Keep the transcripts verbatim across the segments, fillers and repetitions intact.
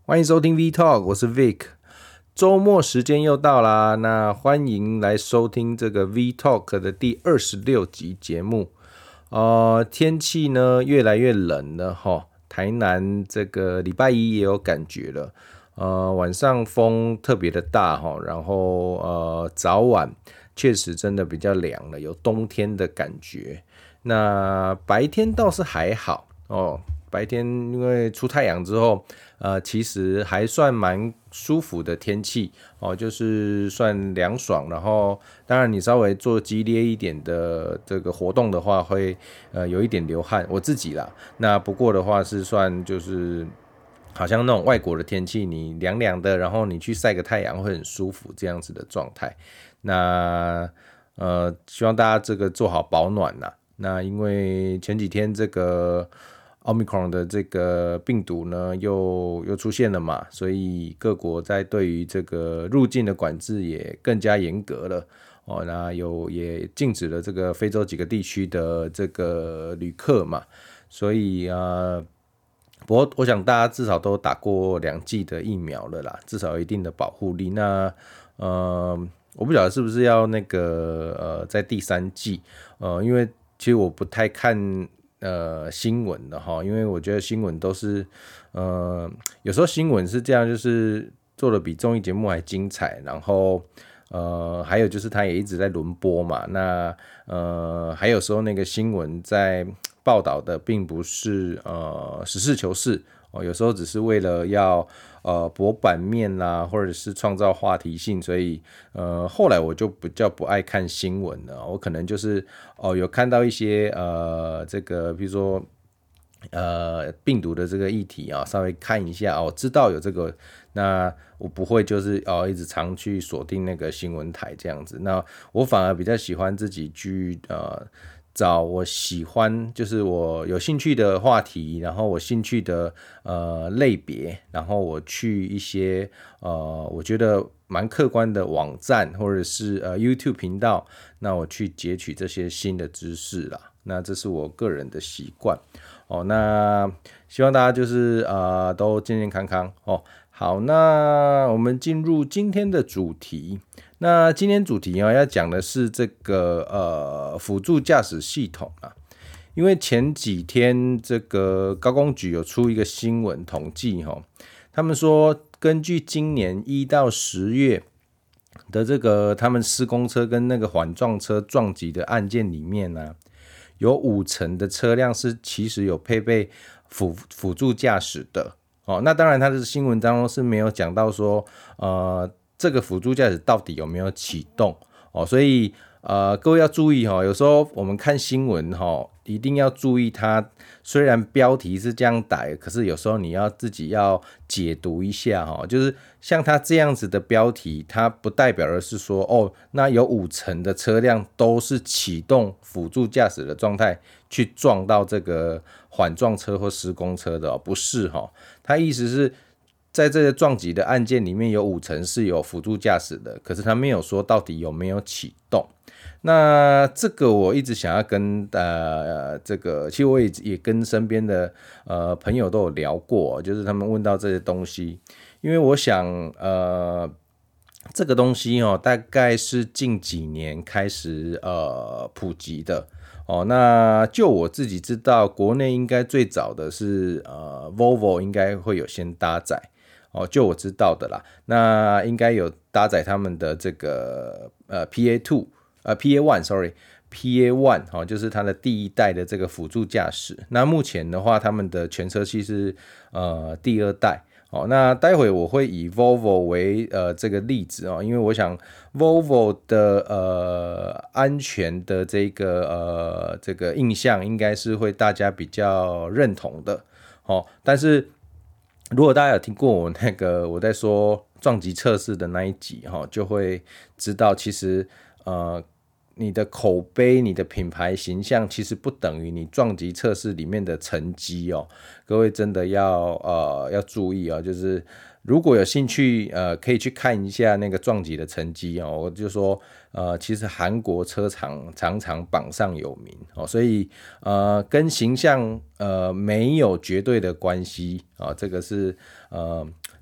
欢迎收听 V Talk， 我是 Vic。周末时间又到啦，那欢迎来收听这个 V Talk 的第二十六集节目。呃，天气呢越来越冷了哈，台南这个礼拜一也有感觉了。呃，晚上风特别的大哈，然后呃早晚确实真的比较凉了，有冬天的感觉。那白天倒是还好哦。白天因为出太阳之后，呃，其实还算蛮舒服的天气哦，就是算凉爽。然后，当然你稍微做激烈一点的这个活动的话，会呃有一点流汗，我自己啦。那不过的话是算就是好像那种外国的天气，你凉凉的，然后你去晒个太阳会很舒服这样子的状态。那呃，希望大家这个做好保暖啦。那因为前几天这个Omicron 的这个病毒呢，又又出现了嘛，所以各国在对于这个入境的管制也更加严格了哦。那有也禁止了这个非洲几个地区的这个旅客嘛，所以呃，不过我想大家至少都打过两剂的疫苗了啦，至少有一定的保护力。那呃，我不晓得是不是要那个呃，在第三剂，呃，因为其实我不太看。呃，新闻的哈，因为我觉得新闻都是，呃，有时候新闻是这样，就是做的比综艺节目还精彩，然后呃，还有就是它也一直在轮播嘛，那呃，还有时候那个新闻在报道的并不是呃实事求是哦，有时候只是为了要呃博版面啦，或者是创造话题性，所以呃后来我就比较不爱看新闻了，我可能就是哦有看到一些呃这个比如说呃病毒的这个议题啊，稍微看一下哦，知道有这个，那我不会就是哦一直常去锁定那个新闻台这样子，那我反而比较喜欢自己去呃。找我喜欢，就是我有兴趣的话题，然后我兴趣的呃类别，然后我去一些呃我觉得蛮客观的网站或者是呃 YouTube 频道，那我去截取这些新的知识啦。那这是我个人的习惯哦。那希望大家就是呃都健健康康哦。好，那我们进入今天的主题。那今天主题、哦、要讲的是这个呃辅助驾驶系统啊，因为前几天这个高工局有出一个新闻统计、哦、他们说根据今年一到十月的这个他们施工车跟那个缓撞车撞击的案件里面呢、啊，有五成的车辆是其实有配备辅辅助驾驶的哦。那当然，它的新闻当中是没有讲到说呃。这个辅助驾驶到底有没有启动哦？所以呃，各位要注意哈、哦，有时候我们看新闻哈、哦，一定要注意它。虽然标题是这样打，可是有时候你要自己要解读一下哈、哦。就是像它这样子的标题，它不代表的是说哦，那有五成的车辆都是启动辅助驾驶的状态去撞到这个缓撞车或施工车的、哦，不是哈、哦。它意思是。在这个撞击的案件里面，有五成是有辅助驾驶的，可是他没有说到底有没有启动。那这个我一直想要跟呃这个，其实我也也跟身边的呃朋友都有聊过，就是他们问到这些东西，因为我想呃这个东西哦，大概是近几年开始呃普及的。哦，那就我自己知道，国内应该最早的是呃 Volvo 应该会有先搭载。哦，就我知道的啦，那应该有搭载他们的这个呃 P A 二 呃 P A 一 sorry P A 一 哦，就是它的第一代的这个辅助驾驶。那目前的话，他们的全车系是呃第二代。哦，那待会我会以 Volvo 为呃这个例子哦，因为我想 Volvo 的呃安全的这个呃这个印象应该是会大家比较认同的。哦，但是。如果大家有听过我那个我在说撞击测试的那一集，就会知道其实呃你的口碑、你的品牌形象其实不等于你撞击测试里面的成绩哦。各位真的要呃要注意哦，就是如果有兴趣呃可以去看一下那个撞击的成绩哦。我就说呃其实韩国车厂常常榜上有名哦，所以呃跟形象呃没有绝对的关系啊、哦，这个是呃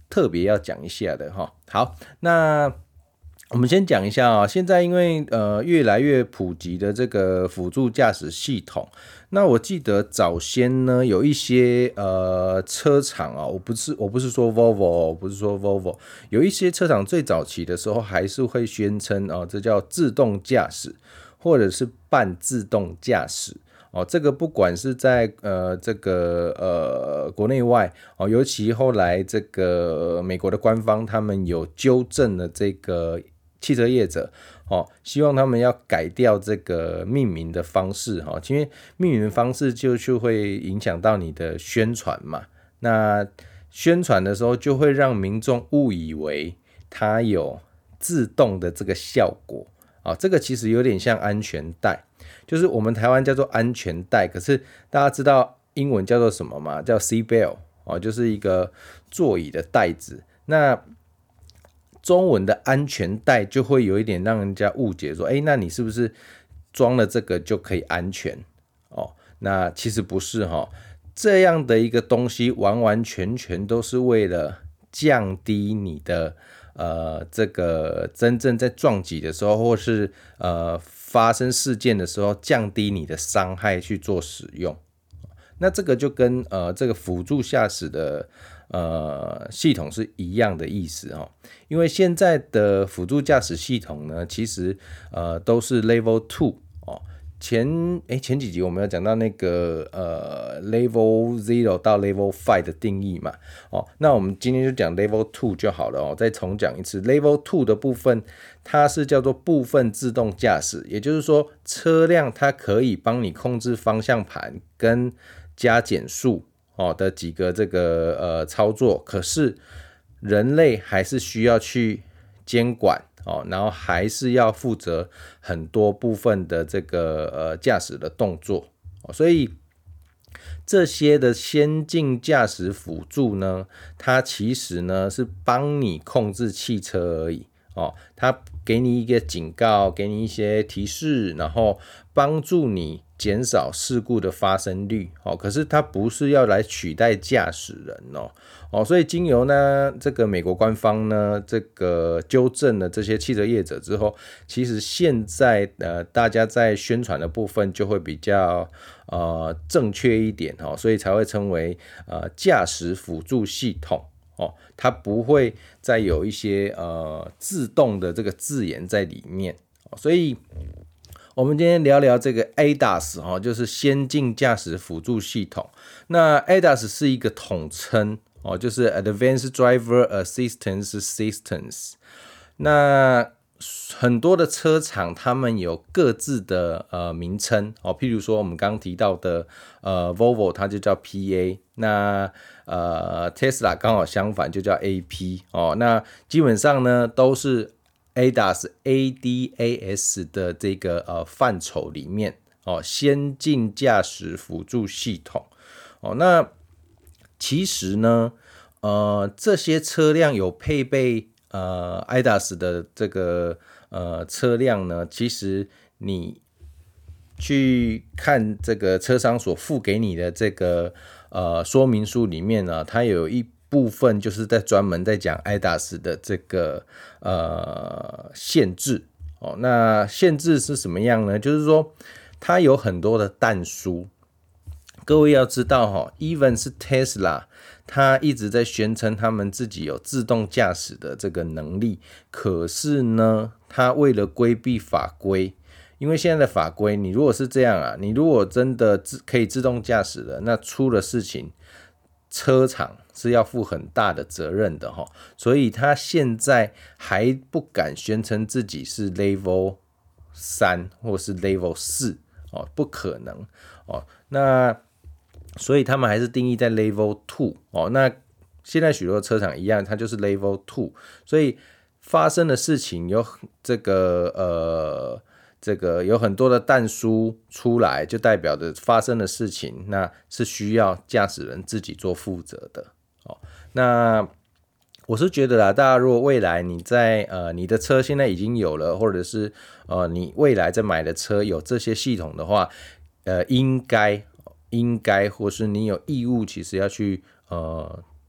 特别要讲一下的哈。好，那我们先讲一下啊、哦，现在因为呃越来越普及的这个辅助驾驶系统，那我记得早先呢有一些呃车厂啊，我不是我不是说 Volvo， 我不是说 Volvo， 有一些车厂最早期的时候还是会宣称哦，这叫自动驾驶或者是半自动驾驶。哦，这个不管是在呃这个呃国内外哦，尤其后来这个美国的官方他们有纠正了这个汽车业者哦，希望他们要改掉这个命名的方式哈、哦，因为命名的方式就就会影响到你的宣传嘛。那宣传的时候就会让民众误以为它有自动的这个效果啊、哦，这个其实有点像安全带。就是我们台湾叫做安全带，可是大家知道英文叫做什么吗？叫 seat belt 哦，就是一个座椅的带子。那中文的安全带就会有一点让人家误解说，哎，那你是不是装了这个就可以安全？哦，那其实不是哈、哦，这样的一个东西完完全全都是为了降低你的呃这个真正在撞击的时候，或是呃发生事件的时候，降低你的伤害去做使用。那这个就跟呃这个辅助驾驶的呃系统是一样的意思哦，因为现在的辅助驾驶系统呢，其实呃都是 Level 二哦。前诶前几集我们有讲到那个呃 Level 零到 Level 五的定义嘛，哦，那我们今天就讲 Level 二就好了哦。再重讲一次 ，Level 二的部分，它是叫做部分自动驾驶，也就是说车辆它可以帮你控制方向盘跟加减速哦的几个这个呃操作，可是人类还是需要去监管。哦，然后还是要负责很多部分的这个呃驾驶的动作、哦，所以这些的先进驾驶辅助呢，它其实呢是帮你控制汽车而已哦，它给你一个警告，给你一些提示，然后帮助你减少事故的发生率哦。可是它不是要来取代驾驶人哦。哦，所以经由呢这个美国官方呢这个纠正了这些汽车业者之后，其实现在呃大家在宣传的部分就会比较呃正确一点哦，所以才会称为呃驾驶辅助系统哦，它不会再有一些呃自动的这个字眼在里面，哦，所以我们今天聊聊这个 A D A S 哦，就是先进驾驶辅助系统。那 A D A S 是一个统称。哦，就是 Advanced Driver Assistance Systems。那很多的车厂他们有各自的呃名称哦，譬如说我们刚刚提到的呃 Volvo 它就叫 P A， 那呃 Tesla 刚好相反就叫 A P 哦，那基本上呢都是 A D A S A D A S 的这个呃范畴里面哦，先进驾驶辅助系统哦，那其实呢，呃，这些车辆有配备呃 A D A S 的这个呃车辆呢，其实你去看这个车商所付给你的这个呃说明书里面呢，它有一部分就是在专门在讲 A D A S 的这个呃限制哦。那限制是什么样呢？就是说它有很多的但书。各位要知道哈 ，even 是 Tesla， 它一直在宣称他们自己有自动驾驶的这个能力，可是呢，它为了规避法规，因为现在的法规，你如果是这样啊，你如果真的可以自动驾驶了，那出了事情，车厂是要负很大的责任的哈，所以他现在还不敢宣称自己是 Level 三或是 Level 四哦，不可能哦，那。所以他们还是定义在 Level 二哦，那现在许多车厂一样，它就是 Level 二，所以发生的事情有这个呃这个有很多的但书出来，就代表着发生的事情，那是需要驾驶人自己做负责的哦。那我是觉得啦，大家如果未来你在呃你的车现在已经有了，或者是呃你未来在买的车有这些系统的话，呃应该。应该或是你有义务，其实要去呃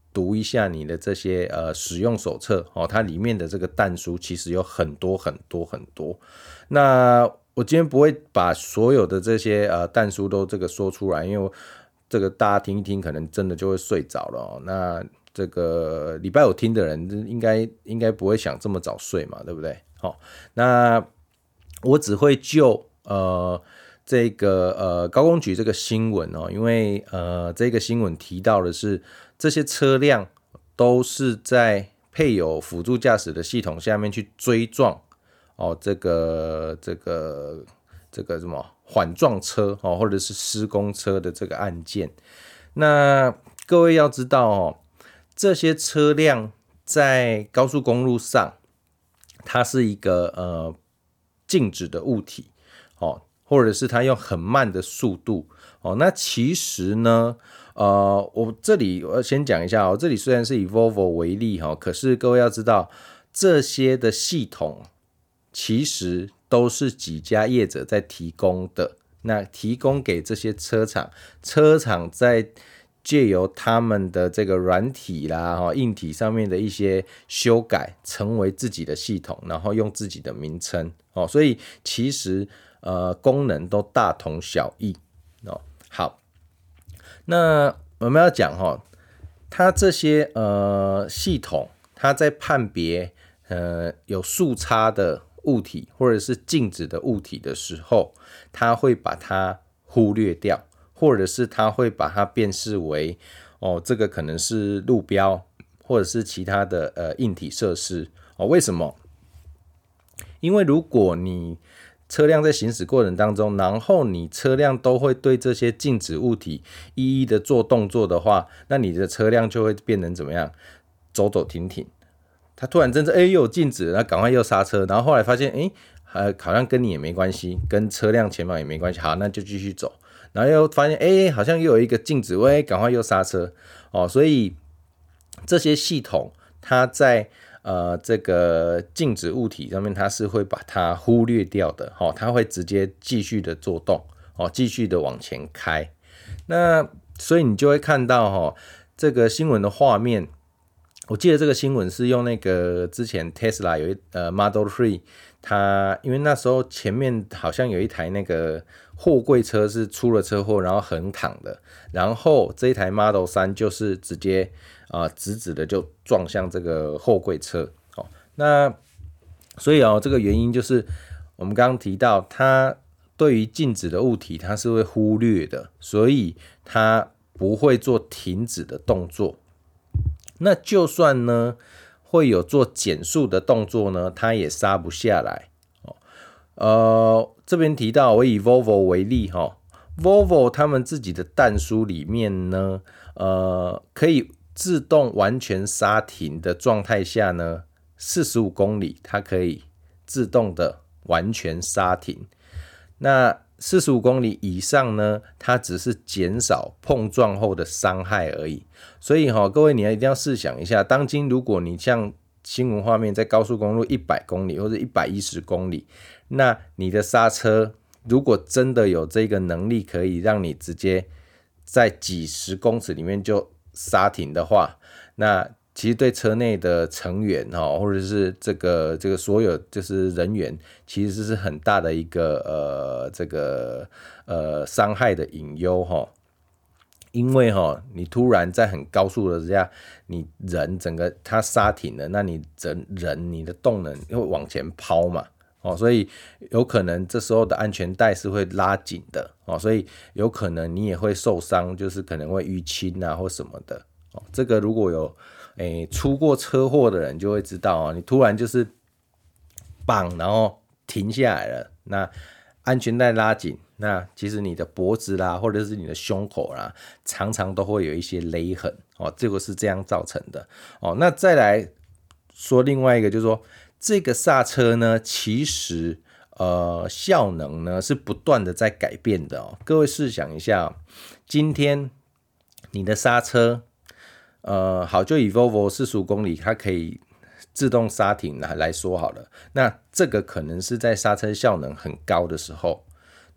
读一下你的这些呃使用手册哦，它里面的这个但书其实有很多很多很多。那我今天不会把所有的这些呃但书都这个说出来，因为这个大家听一听，可能真的就会睡着了哦。那这个礼拜五听的人应该应该不会想这么早睡嘛，对不对？好、哦，那我只会就呃这个呃高工局这个新闻哦，因为呃这个新闻提到的是这些车辆都是在配有辅助驾驶的系统下面去追撞哦，这个这个这个什么缓撞车哦，或者是施工车的这个案件。那各位要知道哦，这些车辆在高速公路上，它是一个呃静止的物体哦，或者是它用很慢的速度哦。那其实呢，呃，我这里我先讲一下哦，这里虽然是以 Volvo 为例哈、哦，可是各位要知道，这些的系统其实都是几家业者在提供的，那提供给这些车厂，车厂在借由他们的这个软体啦、硬体上面的一些修改，成为自己的系统，然后用自己的名称哦，所以其实呃功能都大同小异哦。好，那我们要讲哈，它这些呃系统，它在判别呃有速差的物体或者是静止的物体的时候，它会把它忽略掉。或者是它会把它辨识为哦，这个可能是路标，或者是其他的呃硬体设施哦。为什么？因为如果你车辆在行驶过程当中，然后你车辆都会对这些静止物体一一的做动作的话，那你的车辆就会变成怎么样？走走停停。它突然真正哎又有静止，然后赶快又刹车，然后后来发现哎，呃好像跟你也没关系，跟车辆前方也没关系，好，那就继续走。然后又发现，哎，好像又有一个静止位，赶快又刹车哦。所以这些系统，它在呃这个静止物体上面，它是会把它忽略掉的，哦，它会直接继续的做动，哦，继续的往前开。那所以你就会看到，哦，这个新闻的画面。我记得这个新闻是用那个之前 Tesla 有一呃 Model 三，它因为那时候前面好像有一台那个货柜车是出了车祸，然后横躺的，然后这一台 Model 三就是直接啊、呃、直直的就撞向这个货柜车哦。那所以哦，这个原因就是我们刚刚提到，它对于静止的物体它是会忽略的，所以它不会做停止的动作。那就算呢会有做减速的动作呢，它也刹不下来。呃，这边提到我以 Volvo 为例哈 ，Volvo 他们自己的但书里面呢，呃，可以自动完全刹停的状态下呢，四十五公里它可以自动的完全刹停。那四十五公里以上呢，它只是减少碰撞后的伤害而已。所以哈、哦，各位你一定要试想一下，当今如果你像新闻画面在高速公路一百公里或者一百一十公里，那你的刹车如果真的有这个能力可以让你直接在几十公尺里面就刹停的话，那其实对车内的成员或者是这个这个所有就是人员，其实是很大的一个呃这个呃伤害的隐忧哈。因为哈，你突然在很高速的下，你人整个它刹停了，那你整人你的动能会往前抛嘛，哦，所以有可能这时候的安全带是会拉紧的哦，所以有可能你也会受伤，就是可能会淤青啊或什么的哦。这个如果有诶出过车祸的人就会知道哦，你突然就是绑然后停下来了，那安全带拉紧。那其实你的脖子啦，或者是你的胸口啦，常常都会有一些勒痕哦，这个是这样造成的哦。那再来说另外一个，就是说这个刹车呢，其实呃效能呢是不断的在改变的哦。各位试想一下、哦，今天你的刹车，呃，好，就以 Volvo 四十五公里，它可以自动刹停来说好了。那这个可能是在刹车效能很高的时候。那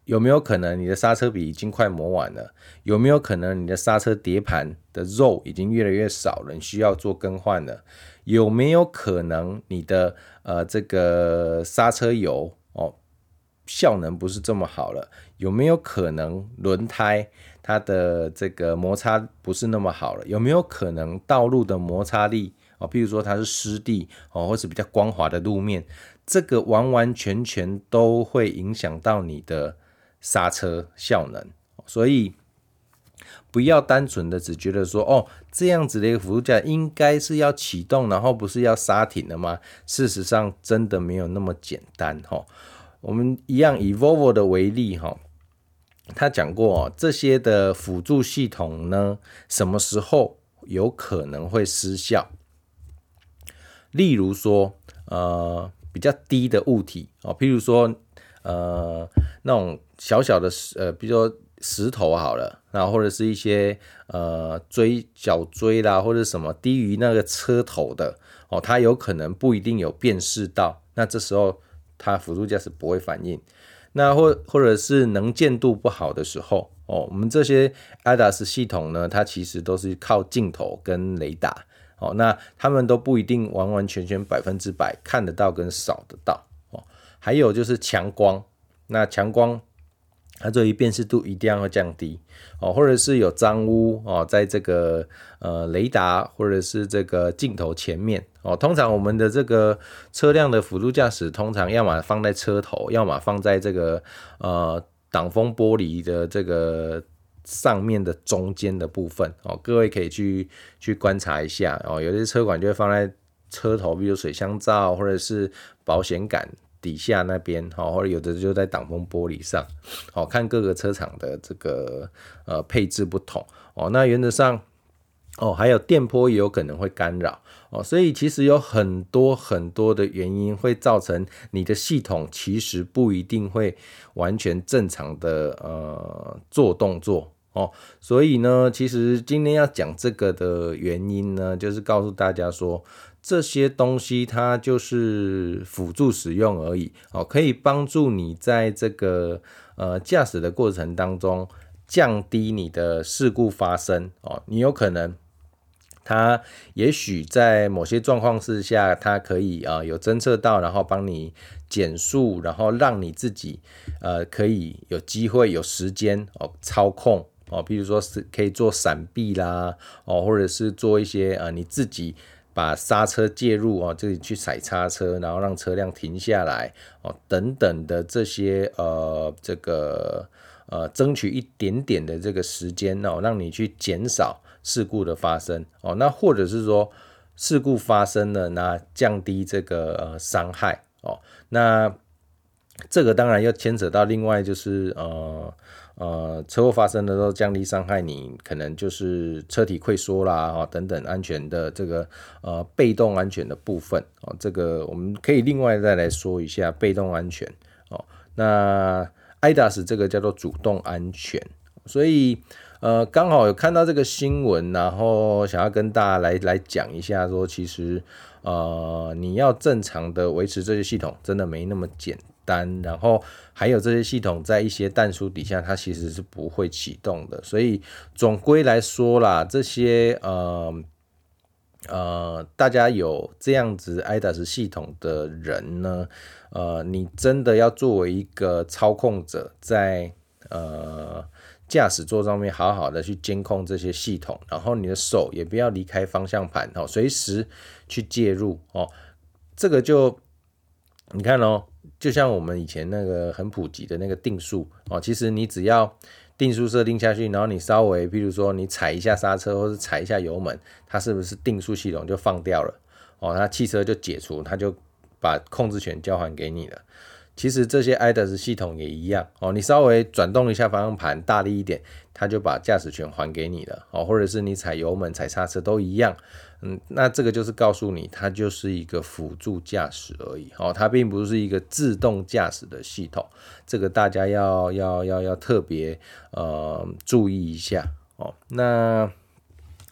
有没有可能你的刹车皮已经快磨完了？有没有可能你的刹车碟盘的肉已经越来越少了，你需要做更换了？有没有可能你的呃这个刹车油哦效能不是这么好了？有没有可能轮胎它的这个摩擦不是那么好了？有没有可能道路的摩擦力哦，譬如说它是湿地哦，或是比较光滑的路面，这个完完全全都会影响到你的刹车效能。所以不要单纯的只觉得说，哦，这样子的一个辅助架应该是要启动，然后不是要刹停的吗？事实上真的没有那么简单。我们一样以 Volvo 的为例，他讲过这些的辅助系统呢，什么时候有可能会失效？例如说，呃，比较低的物体哦，譬如说，呃，那种小小的，呃，比如说石头好了，然后或者是一些呃锥角锥啦，或者什么低于那个车头的哦，它有可能不一定有辨识到，那这时候它辅助驾驶不会反应。那或或者是能见度不好的时候哦，我们这些 A D A S 系统呢，它其实都是靠镜头跟雷达。哦，那他们都不一定完完全全百分之百看得到跟扫得到哦。还有就是强光，那强光它对于辨识度一定要降低哦，或者是有脏污哦，在这个呃雷达或者是这个镜头前面哦。通常我们的这个车辆的辅助驾驶，通常要么放在车头，要么放在这个呃挡风玻璃的这个上面的中间的部分哦，各位可以去去观察一下哦。有些车款就会放在车头，比如水箱罩或者是保险杆底下那边哦，或者有的就在挡风玻璃上哦。看各个车厂的这个呃配置不同哦。那原则上哦，还有电波也有可能会干扰哦，所以其实有很多很多的原因会造成你的系统其实不一定会完全正常的呃做动作。哦，所以呢，其实今天要讲这个的原因呢，就是告诉大家说，这些东西它就是辅助使用而已，哦，可以帮助你在这个呃驾驶的过程当中降低你的事故发生。哦，你有可能它也许在某些状况之下，它可以啊、呃、有侦测到，然后帮你减速，然后让你自己呃可以有机会有时间哦操控。哦，比如说是可以做闪避啦，哦，或者是做一些呃你自己把刹车介入哦，自己去踩刹车，然后让车辆停下来哦，等等的这些呃这个呃争取一点点的这个时间哦，让你去减少事故的发生哦，那或者是说事故发生了，那降低这个呃伤害哦，那这个当然要牵扯到另外就是呃。呃，车祸发生的时候降低伤害，你可能就是车体溃缩啦，哦，等等安全的这个呃被动安全的部分哦，这个我们可以另外再来说一下被动安全哦。那 A D A S 这个叫做主动安全，所以呃刚好有看到这个新闻，然后想要跟大家来来讲一下说，其实呃你要正常的维持这些系统，真的没那么简单，然后还有这些系统在一些但书底下，它其实是不会启动的，所以总归来说啦，这些呃呃大家有这样子 A D A S 系统的人呢，呃，你真的要作为一个操控者，在呃驾驶座上面好好的去监控这些系统，然后你的手也不要离开方向盘哦，随时去介入哦，这个就你看哦。就像我们以前那个很普及的那个定速哦，其实你只要定速设定下去，然后你稍微，譬如说你踩一下刹车或是踩一下油门，它是不是定速系统就放掉了？哦，它汽车就解除，它就把控制权交还给你了。其实这些 A D A S 系统也一样哦，你稍微转动一下方向盘，大力一点，它就把驾驶权还给你了哦，或者是你踩油门、踩刹车都一样。嗯，那这个就是告诉你，它就是一个辅助驾驶而已哦，它并不是一个自动驾驶的系统，这个大家要要要要特别呃注意一下哦。那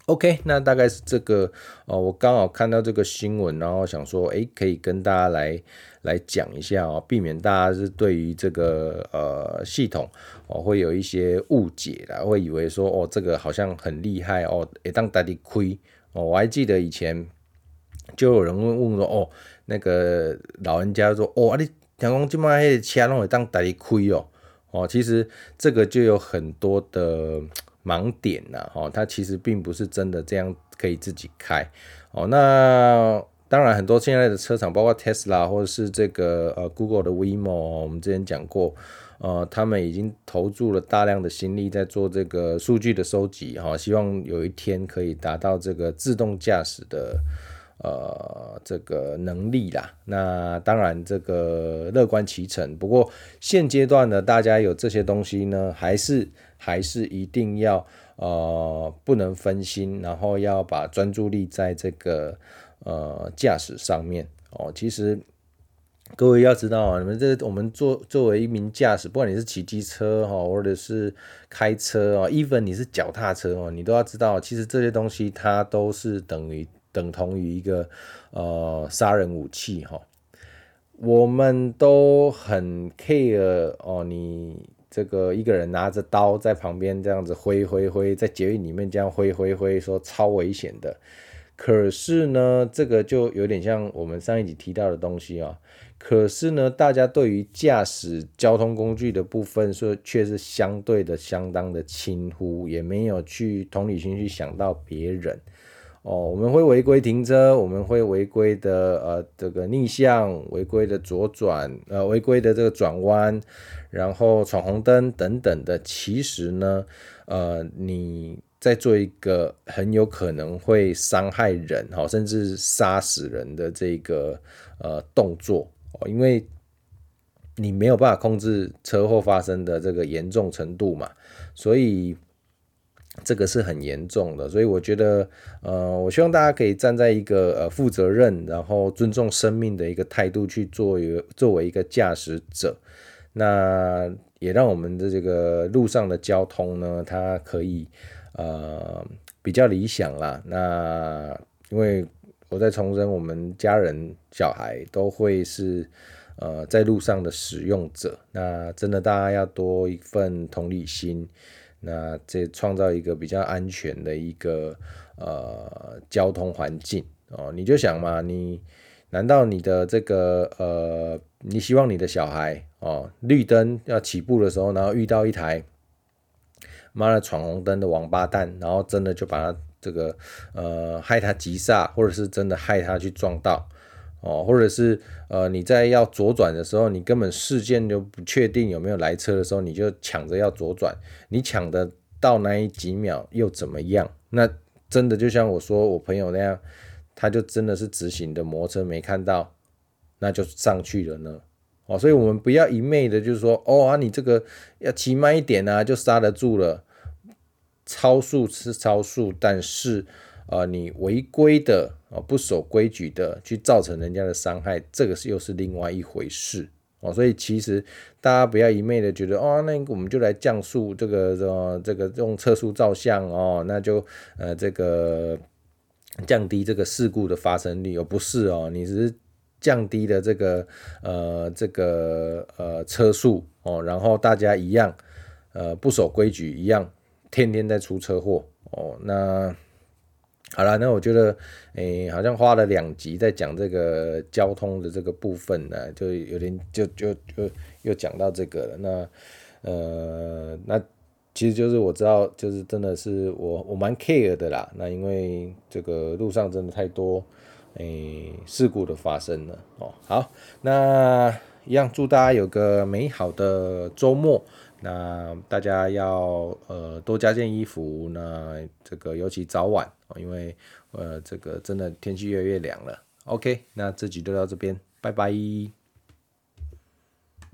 OK，那大概是这个哦，我刚好看到这个新闻，然后想说，诶，可以跟大家来来讲一下哦，避免大家是对于这个呃系统哦会有一些误解啦，会以为说哦这个好像很厉害哦，会当大家亏哦。我还记得以前就有人问问说，哦，那个老人家说，哦，啊你听讲即摆迄个车拢会当大家亏哦，哦，其实这个就有很多的盲点呐、哦，它其实并不是真的这样可以自己开哦。那当然，很多现在的车厂，包括 Tesla 或者是这个呃 Google 的 Waymo，、哦、我们之前讲过，呃，他们已经投注了大量的心力在做这个数据的收集，哈、哦，希望有一天可以达到这个自动驾驶的。呃，这个能力啦，那当然这个乐观其成。不过现阶段呢，大家有这些东西呢，还是还是一定要呃不能分心，然后要把专注力在这个呃驾驶上面哦。其实各位要知道啊，你们这我们作作为一名驾驶，不管你是骑机车哈，或者是开车哦，even 你是脚踏车哦，你都要知道，其实这些东西它都是等于等同于一个呃杀人武器哈。我们都很 care 哦，你这个一个人拿着刀在旁边这样子挥挥挥，在捷运里面这样挥挥挥，说超危险的。可是呢，这个就有点像我们上一集提到的东西啊。可是呢，大家对于驾驶交通工具的部分，说却是相对的相当的轻忽，也没有去同理心去想到别人。哦，我们会违规停车，我们会违规的呃这个逆向，违规的左转，呃违规的这个转弯，然后闯红灯等等的。其实呢，呃你在做一个很有可能会伤害人，哈，甚至杀死人的这个呃动作，哦，因为你没有办法控制车祸发生的这个严重程度嘛，所以。这个是很严重的，所以我觉得，呃，我希望大家可以站在一个呃负责任，然后尊重生命的一个态度去做一个作为一个驾驶者，那也让我们的这个路上的交通呢，它可以呃比较理想啦。那因为我在重申，我们家人小孩都会是呃在路上的使用者，那真的大家要多一份同理心。那这创造一个比较安全的一个呃交通环境哦，你就想嘛，你难道你的这个呃，你希望你的小孩哦，绿灯要起步的时候，然后遇到一台妈的闯红灯的王八蛋，然后真的就把他这个呃害他急刹，或者是真的害他去撞到？哦，或者是呃你在要左转的时候，你根本视线就不确定有没有来车的时候，你就抢着要左转，你抢的到那一几秒又怎么样？那真的就像我说我朋友那样，他就真的是直行的摩托车没看到，那就上去了呢。哦，所以我们不要一昧的就是说，哦啊，你这个要骑慢一点啊，就刹得住了。超速是超速，但是呃，你违规的啊、不守规矩的去造成人家的伤害，这个是又是另外一回事哦。所以其实大家不要一昧的觉得哦，那我们就来降速，这个呃这个用测速照相哦，那就呃这个降低这个事故的发生率，而不是哦，你只是降低了这个呃这个呃车速哦，然后大家一样呃不守规矩一样。天天在出车祸哦，那好了，那我觉得，诶、欸，好像花了两集在讲这个交通的这个部分呢，就有点就就就又讲到这个了。那呃，那其实就是我知道，就是真的是我我蛮 care 的啦。那因为这个路上真的太多诶、欸、事故的发生了哦。好，那一样祝大家有个美好的周末。那大家要呃多加件衣服，那这个尤其早晚，因为呃这个真的天气越来越凉了。OK，那这集就到这边，拜拜。